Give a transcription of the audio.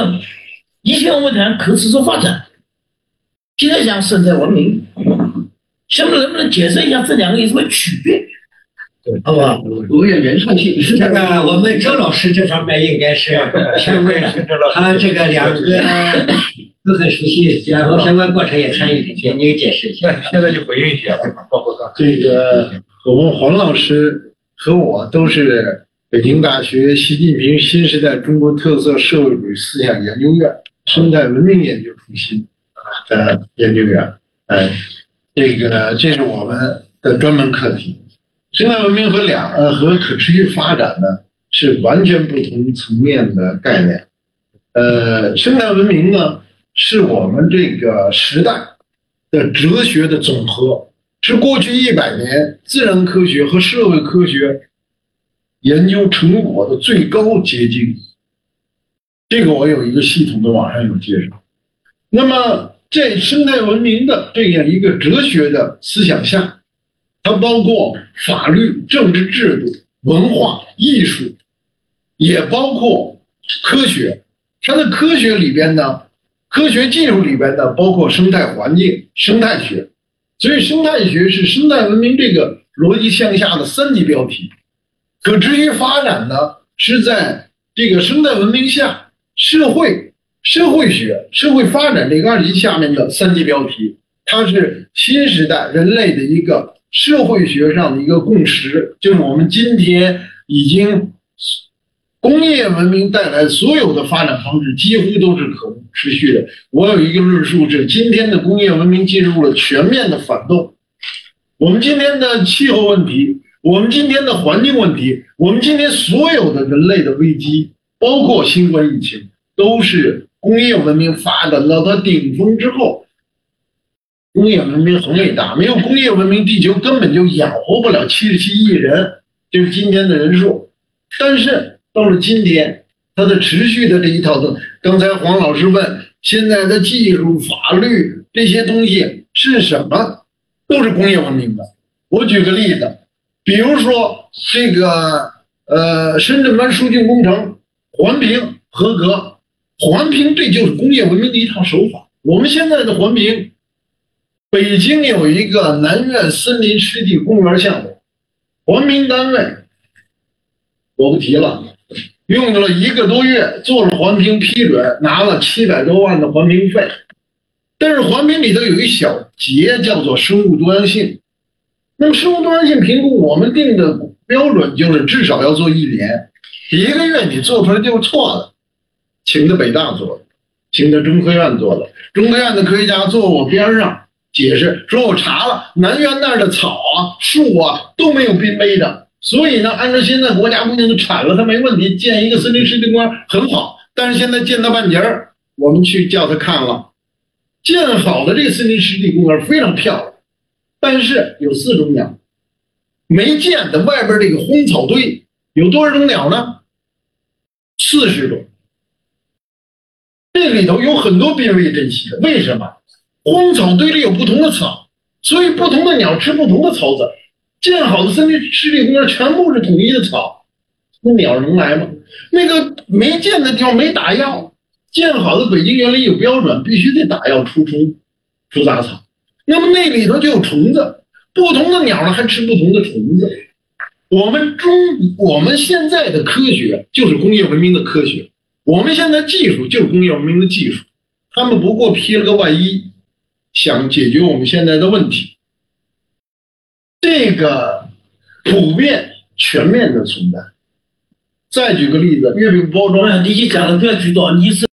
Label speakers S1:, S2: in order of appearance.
S1: 以前我们谈可持续发展，现在讲生态文明，下面能不能解释一下这两个有什么区别？
S2: 对，
S1: 好不好？
S2: 我也原创性。
S3: 这个我们周老师这方面应该是权威了，他这个两个都很熟悉，然后相关过程也参与进去，你解释一下。
S4: 现在就回应一下，包括刚才
S2: 这个我们黄老师和我都是北京大学习近平新时代中国特色社会主义思想研究院生态文明研究中心的研究员。这是我们的专门课题。生态文明和可持续发展呢是完全不同层面的概念。生态文明呢是我们这个时代的哲学的总和，是过去100年自然科学和社会科学研究成果的最高结晶。这个我有一个系统的网上有介绍。那么在生态文明的这样一个哲学的思想下，它包括法律、政治制度、文化、艺术，也包括科学。它的科学里边呢，科学技术里边呢，包括生态环境、生态学。所以生态学是生态文明这个逻辑向下的3级标题。可持续发展呢，是在这个生态文明下社会学、社会发展这个2级下面的3级标题。它是新时代人类的一个社会学上的一个共识，就是我们今天已经工业文明带来所有的发展方式几乎都是可持续的。我有一个论述是，今天的工业文明进入了全面的反动。我们今天的气候问题，我们今天的环境问题，我们今天所有的人类的危机，包括新冠疫情，都是工业文明发展到它顶峰之后。工业文明很伟大，没有工业文明，地球根本就养活不了77亿人，就是今天的人数。但是到了今天，它的持续的这一套的，刚才黄老师问，现在的技术、法律这些东西是什么？都是工业文明的。我举个例子，比如说这个深圳湾输浚工程环评合格，环评这就是工业文明的一套手法。我们现在的环评，北京有一个南苑森林湿地公园项目，环评单位我不提了，用了1个多月做了环评批准，拿了700多万的环评费。但是环评里头有一小节叫做生物多样性。那么生物多样性评估，我们定的标准就是至少要做1年，1个月你做出来就是错的。请的北大做的，请的中科院做的，中科院的科学家坐我边上解释说，我查了南苑那儿的草啊、树啊都没有濒危的，所以呢，按照现在国家规定的铲了它没问题，建一个森林湿地公园很好。但是现在建到半截儿，我们去叫他看了，建好的这个森林湿地公园非常漂亮，但是有4种鸟，没建的外边这个荒草堆有多少种鸟呢？40种。这里头有很多濒危珍稀的，为什么？荒草堆里有不同的草，所以不同的鸟吃不同的草籽。建好的森林湿地公园全部是统一的草，那鸟能来吗？那个没建的地方没打药，建好的北京园林有标准，必须得打药除虫、除杂草。那么那里头就有虫子，不同的鸟呢还吃不同的虫子。我们现在的科学就是工业文明的科学，我们现在技术就是工业文明的技术，他们不过披了个外衣，想解决我们现在的问题。这个普遍全面的存在。再举个例子，月饼包装，
S1: 你讲的不要举多，你是。